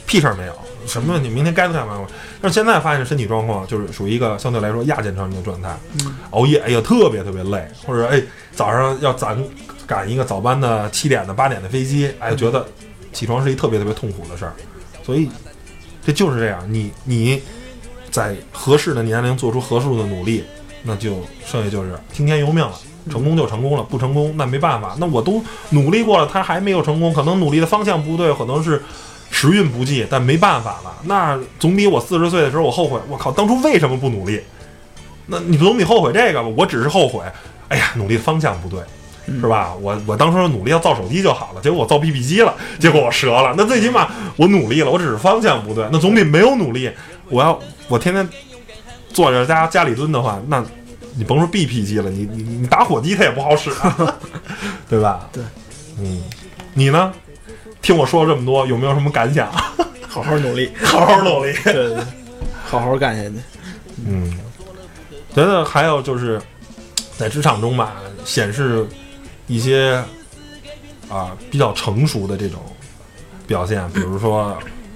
屁事儿没有，什么问题，明天该干嘛。但是现在发现身体状况就是属于一个相对来说亚健康的状态，熬夜，哎呀，特别特别累，或者早上要赶一个早班的7点的8点的飞机，觉得起床是一特别特别痛苦的事儿，所以这就是这样，你在合适的年龄做出合适的努力，那就剩下就是听天由命了。成功就成功了，不成功那没办法。那我都努力过了，他还没有成功，可能努力的方向不对，可能是时运不济，但没办法了。那总比我40岁的时候我后悔，我靠，当初为什么不努力？那你总比后悔这个吧？我只是后悔，哎呀，努力的方向不对，是吧？我当时努力要造手机就好了，结果我造 BB 机了，结果我折了。那最起码我努力了，我只是方向不对，那总比没有努力。我天天坐着家里蹲的话，那你甭说 BP 机了，你打火机它也不好使啊，对吧？ 对， 你呢？听我说了这么多，有没有什么感想？ 好好努力， 好好努力， 对，好好干下去。 觉得还有就是在职场中吧，显示一些比较成熟的这种表现，比如说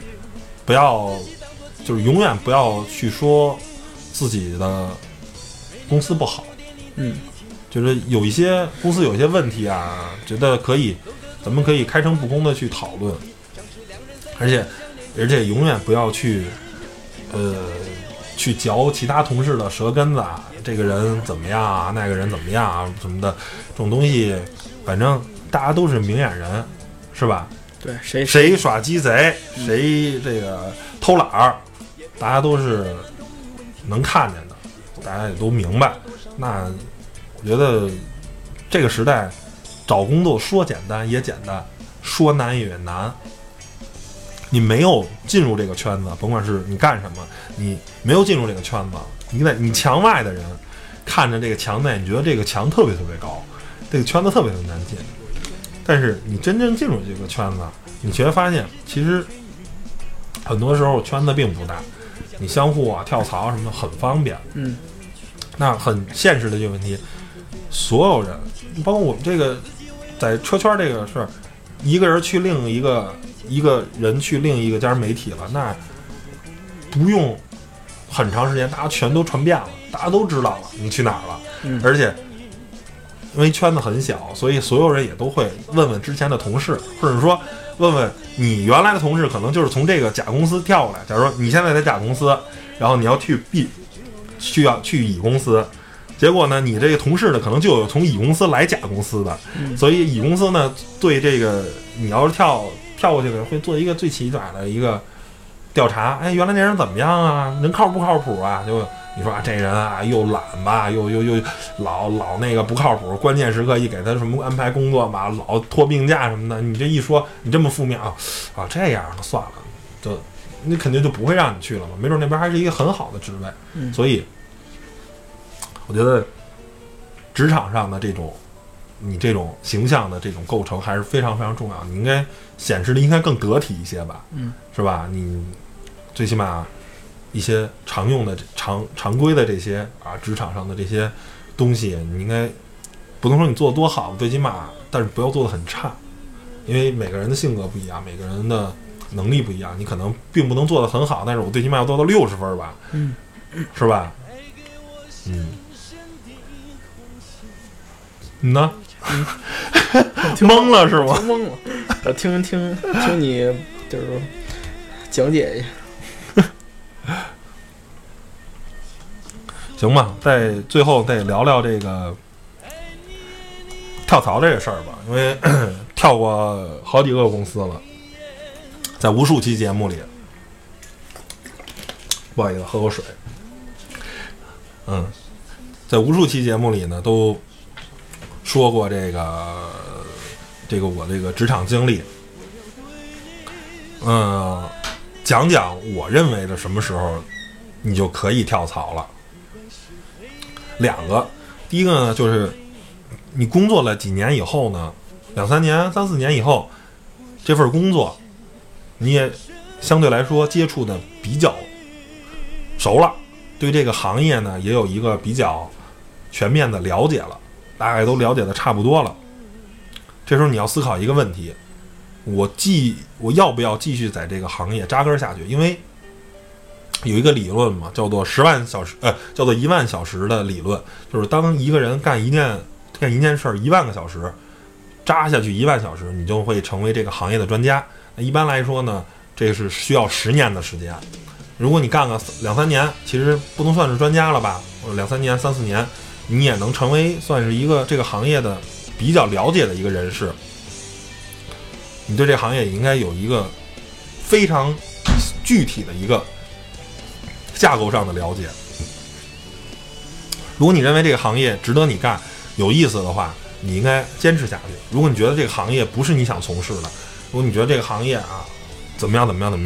就是永远不要去说自己的公司不好，就是有一些公司有一些问题啊，觉得咱们可以开诚布公的去讨论，而且永远不要去嚼其他同事的舌根子啊，这个人怎么样啊，那个人怎么样啊什么的，这种东西，反正大家都是明眼人，是吧？ 对， 谁耍鸡贼，谁这个偷懒儿，大家都是能看见的，大家也都明白。那我觉得这个时代找工作说简单也简单，说难也难。你没有进入这个圈子，甭管是你干什么，你没有进入这个圈子，你墙外的人看着这个墙内，你觉得这个墙特别特别高，这个圈子特别的难进。但是你真正进入这个圈子，你却发现其实很多时候圈子并不大，你相互跳槽什么的很方便。那很现实的这个问题，所有人，包括我们这个在车圈这个事儿，一个人去另一个人去另一个家媒体了，那不用很长时间，大家全都传遍了，大家都知道了你去哪儿了。而且因为圈子很小，所以所有人也都会问问之前的同事，或者说问问你原来的同事，可能就是从这个甲公司跳过来。假如说你现在在甲公司，然后你要去去乙公司，结果呢，你这个同事呢，可能就有从乙公司来甲公司的，所以乙公司呢，对这个你要是跳过去了，会做一个最起码的一个调查。原来那人怎么样啊？人靠不靠谱啊？就你说这人啊，又懒吧，又老那个不靠谱，关键时刻一给他什么安排工作吧，老拖病假什么的。你这一说，你这么负面啊，这样那算了，就你肯定就不会让你去了嘛。没准那边还是一个很好的职位，所以我觉得职场上的你这种形象的这种构成还是非常非常重要，你应该显示的应该更得体一些吧，是吧？你最起码一些常用的常规的这些职场上的这些东西，你应该不能说你做的多好，最起码但是不要做的很差，因为每个人的性格不一样，每个人的能力不一样，你可能并不能做的很好，但是我最起码要做到60分吧，是吧？你呢？懵了是吗？ 懵了，我听你就是讲解一下。 行吧，在最后再聊聊这个跳槽这个事儿吧，因为跳过好几个公司了，在无数期节目里，不好意思，喝口水。在无数期节目里呢，都说过这个我这个职场经历，讲讲我认为的什么时候你就可以跳槽了。两个，第一个呢，就是你工作了几年以后呢，2、3年、3、4年以后，这份工作你也相对来说接触的比较熟了，对这个行业呢也有一个比较全面的了解了，大概都了解的差不多了。这时候你要思考一个问题， 我要不要继续在这个行业扎根下去？因为有一个理论嘛，叫做1万小时的理论，就是当一个人干一件事儿1万个小时，扎下去1万小时，你就会成为这个行业的专家。那一般来说呢，这是需要10年的时间。如果你干个2-3年，其实不能算是专家了吧，2-3年、3-4年，你也能成为算是一个这个行业的比较了解的一个人士。你对这个行业也应该有一个非常具体的一个架构上的了解。如果你认为这个行业值得你干、有意思的话，你应该坚持下去。如果你觉得这个行业不是你想从事的，如果你觉得这个行业啊怎么样，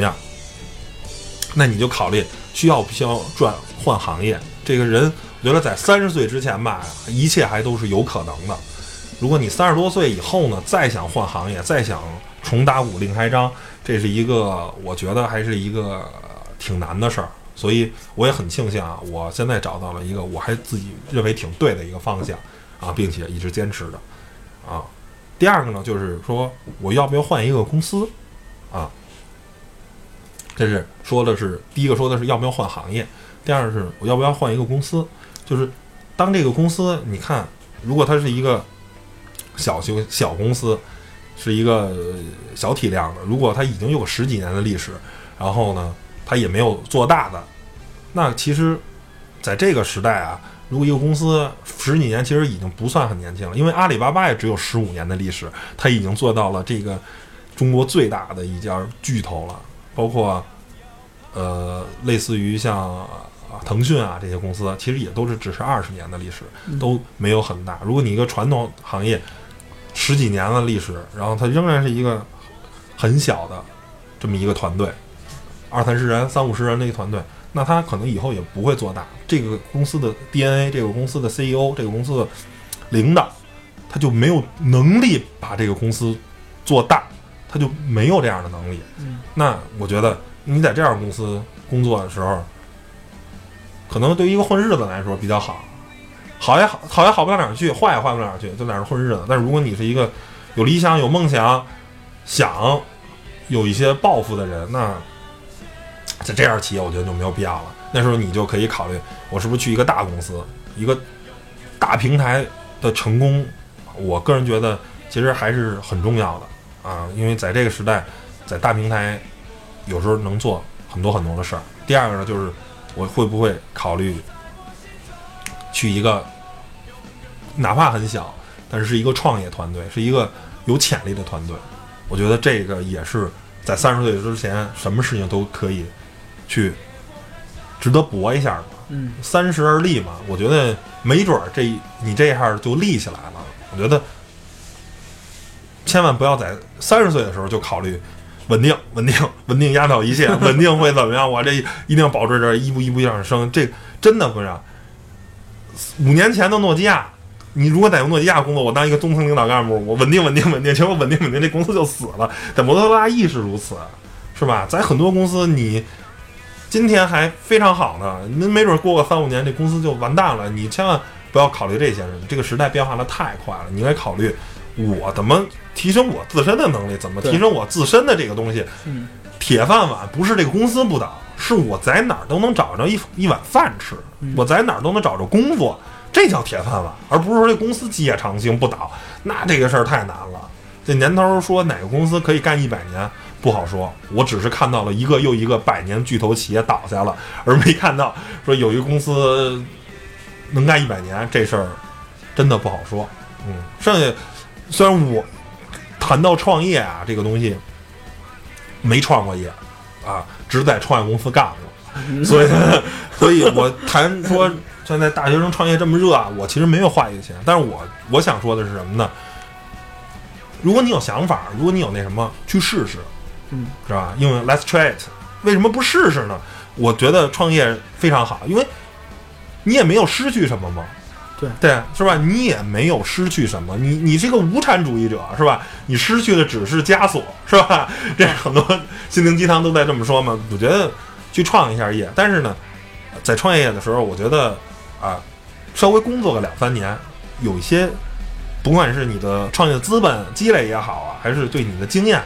那你就考虑需要不需要换行业。这个人我觉得在30岁之前吧，一切还都是有可能的。如果你30多岁以后呢，再想换行业，再想重打5另开张，这是一个我觉得还是一个挺难的事儿。所以我也很庆幸啊，我现在找到了一个我还自己认为挺对的一个方向啊，并且一直坚持的啊。第二个呢，就是说我要不要换一个公司啊？这是说的是第一个，说的是要不要换行业；第二是我要不要换一个公司。就是当这个公司，你看，如果它是一个小公司，是一个小体量的，如果它已经有10几年的历史，然后呢，它也没有做大的，那其实在这个时代啊，如果一个公司10几年，其实已经不算很年轻了，因为阿里巴巴也只有15年的历史，它已经做到了这个中国最大的一家巨头了。包括类似于像腾讯啊这些公司，其实也都是只是20年的历史，都没有很大。如果你一个传统行业10几年的历史，然后它仍然是一个很小的这么一个团队，20-30人、30-50人的一个团队，那它可能以后也不会做大。这个公司的 DNA， 这个公司的 CEO， 这个公司的领导，他就没有能力把这个公司做大，他就没有这样的能力。那我觉得你在这样公司工作的时候，可能对于一个混日子来说比较好，好也好不到哪儿去，坏也坏不到哪儿去，就在那儿混日子。但是如果你是一个有理想、有梦想、想有一些抱负的人，那在这样企业我觉得就没有必要了。那时候你就可以考虑，我是不是去一个大公司，一个大平台的成功，我个人觉得其实还是很重要的啊，因为在这个时代，在大平台有时候能做很多的事儿。第二个呢，就是我会不会考虑去一个哪怕很小，但是一个创业团队，是一个有潜力的团队。我觉得这个也是在30岁之前，什么事情都可以去值得搏一下嘛。30而立嘛，我觉得没准你这一下就立起来了。我觉得千万不要在30岁的时候就考虑稳定压倒一切，稳定会怎么样？我这一定要保持着一步一步向上升，这真的不是。5年前的诺基亚，你如果在诺基亚工作，我当一个中层领导干部，我稳定，结果稳定，这公司就死了。在摩托罗拉亦是如此，是吧？在很多公司，你今天还非常好呢，那没准过个3-5年，这公司就完蛋了。你千万不要考虑这些人，这个时代变化的太快了，你应该考虑我怎么提升我自身的能力，怎么提升我自身的这个东西。铁饭碗不是这个公司不倒，是我在哪儿都能找着一碗饭吃，我在哪儿都能找着功夫，这叫铁饭碗，而不是说这公司基业长青不倒，那这个事儿太难了。这年头说哪个公司可以干100年不好说，我只是看到了一个又一个100年巨头企业倒下了，而没看到说有一个公司能干100年，这事儿真的不好说。剩下虽然我谈到创业啊这个东西没创过业啊，只在创业公司干过，所以我谈说现在大学生创业这么热啊，我其实没有花一个钱。但是我想说的是什么呢？如果你有想法，如果你有那什么，去试试，是吧？因为 let's try it， 为什么不试试呢？我觉得创业非常好，因为你也没有失去什么嘛。对，是吧？你也没有失去什么，你是个无产主义者，是吧？你失去的只是枷锁，是吧？这很多心灵鸡汤都在这么说嘛。我觉得去创一下业，但是呢，在创业的时候，我觉得啊，稍微工作个2-3年，有一些不管是你的创业资本积累也好啊，还是对你的经验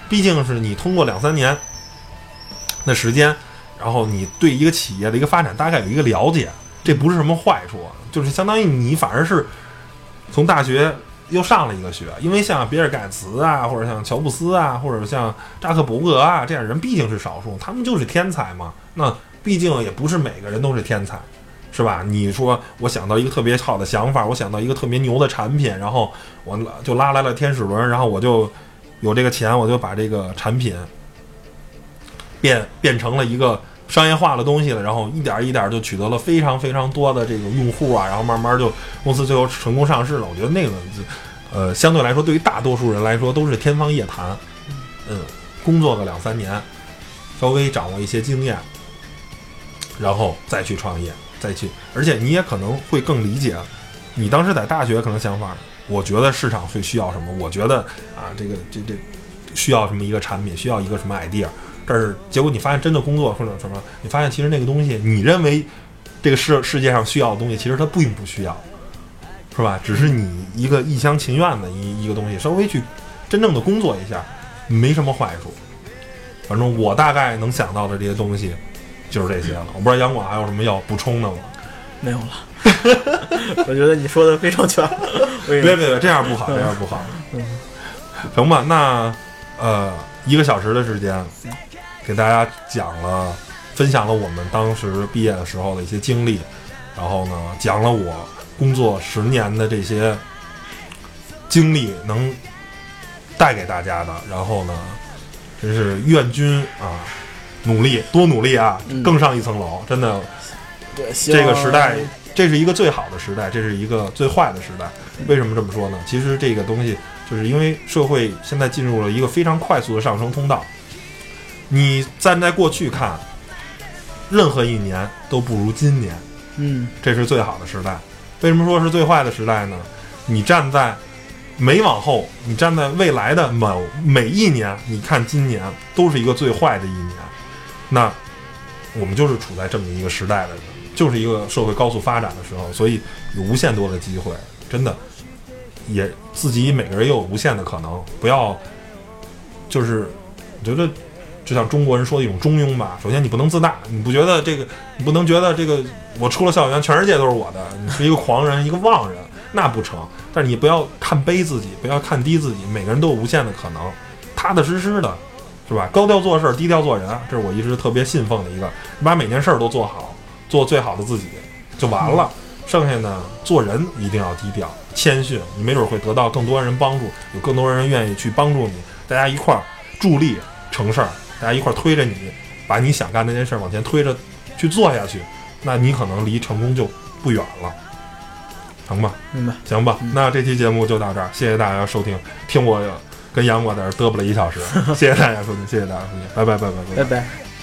毕竟是你通过2-3年的时间，然后你对一个企业的一个发展大概有一个了解，这不是什么坏处，就是相当于你反而是从大学又上了一个学。因为像比尔盖茨啊，或者像乔布斯啊，或者像扎克伯格啊这样人毕竟是少数，他们就是天才嘛。那毕竟也不是每个人都是天才，是吧？你说我想到一个特别好的想法，我想到一个特别牛的产品，然后我就拉来了天使轮，然后我就有这个钱，我就把这个产品变成了一个商业化的东西了，然后一点一点就取得了非常非常多的这个用户啊，然后慢慢就公司最后成功上市了。我觉得那个相对来说对于大多数人来说都是天方夜谭。工作个2-3年，稍微掌握一些经验，然后再去创业，而且你也可能会更理解你当时在大学可能想法，我觉得市场会需要什么，我觉得啊这需要什么一个产品，需要一个什么 idea， 但是结果你发现真的工作或者什么，你发现其实那个东西你认为这个世界上需要的东西，其实它并不需要，是吧？只是你一个一厢情愿的一个东西，稍微去真正的工作一下没什么坏处。反正我大概能想到的这些东西就是这些了，我不知道杨广还有什么要补充的吗？ 没有了。我觉得你说的非常全。 别，这样不好，这样不好。行吧，那1个小时的时间，给大家分享了我们当时毕业的时候的一些经历，然后呢，讲了我工作10年的这些经历能带给大家的，然后呢，真是愿君啊，多努力啊，更上一层楼，真的。 对， 这个时代，这是一个最好的时代，这是一个最坏的时代。为什么这么说呢？其实这个东西就是因为社会现在进入了一个非常快速的上升通道。你站在过去看，任何一年都不如今年。这是最好的时代。为什么说是最坏的时代呢？你站在往后，你站在未来的每一年，你看今年都是一个最坏的一年。那我们就是处在这么一个时代的人，就是一个社会高速发展的时候，所以有无限多的机会，真的也自己每个人也有无限的可能。不要就是我觉得就像中国人说的一种中庸吧，首先你不能自大，你不能觉得这个我出了校园全世界都是我的，你是一个狂人一个妄人，那不成。但是你不要看低自己，不要看低自己，每个人都有无限的可能，踏踏实实的，是吧？高调做事，低调做人，这是我一直特别信奉的一个。你把每件事儿都做好，做最好的自己就完了。剩下呢，做人一定要低调谦逊，你没准会得到更多人帮助，有更多人愿意去帮助你，大家一块儿助力成事儿，大家一块儿推着你把你想干那件事往前推着去做下去，那你可能离成功就不远了。成吧？ 明白。 行吧，那这期节目就到这儿，谢谢大家收听，听我跟杨过在这嘚啵了1小时，谢谢大家收听，谢谢大家收听，拜拜。